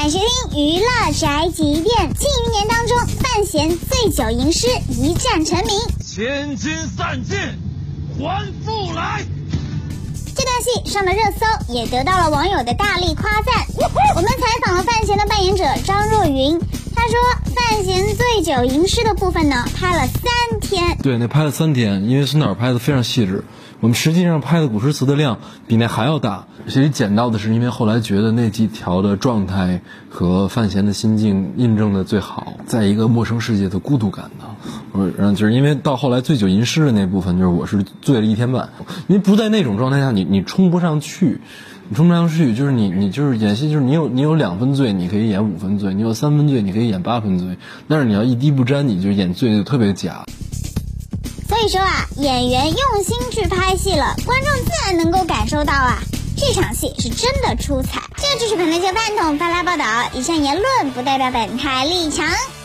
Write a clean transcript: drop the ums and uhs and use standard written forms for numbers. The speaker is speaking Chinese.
欢迎收听娱乐宅急便。庆余年当中，范闲醉酒吟诗，一战成名， 千金散尽还复来。 这段戏上了热搜，也得到了网友的大力夸赞。我们采访了范闲的扮演者张若昀，他说范闲醉酒吟诗的部分呢，拍了3天。 对，那拍了3天，因为孙导拍的非常细致。我们实际上拍的古诗词的量比那还要大，其实剪到的是因为后来觉得那几条的状态和范闲的心境印证的最好，在一个陌生世界的孤独感的。就是因为到后来醉酒吟诗的那部分，就是我是醉了1天半，因为不在那种状态下，你冲不上去。你冲不上去，就是你就是演戏，就是你有2分醉，你可以演5分醉；你有3分醉，你可以演8分醉。但是你要一滴不沾，你就演醉就特别假。 所以说啊，演员用心去拍戏了，观众自然能够感受到啊，这场戏是真的出彩。这就是本台就饭桶发来报道，以上言论不代表本台立场。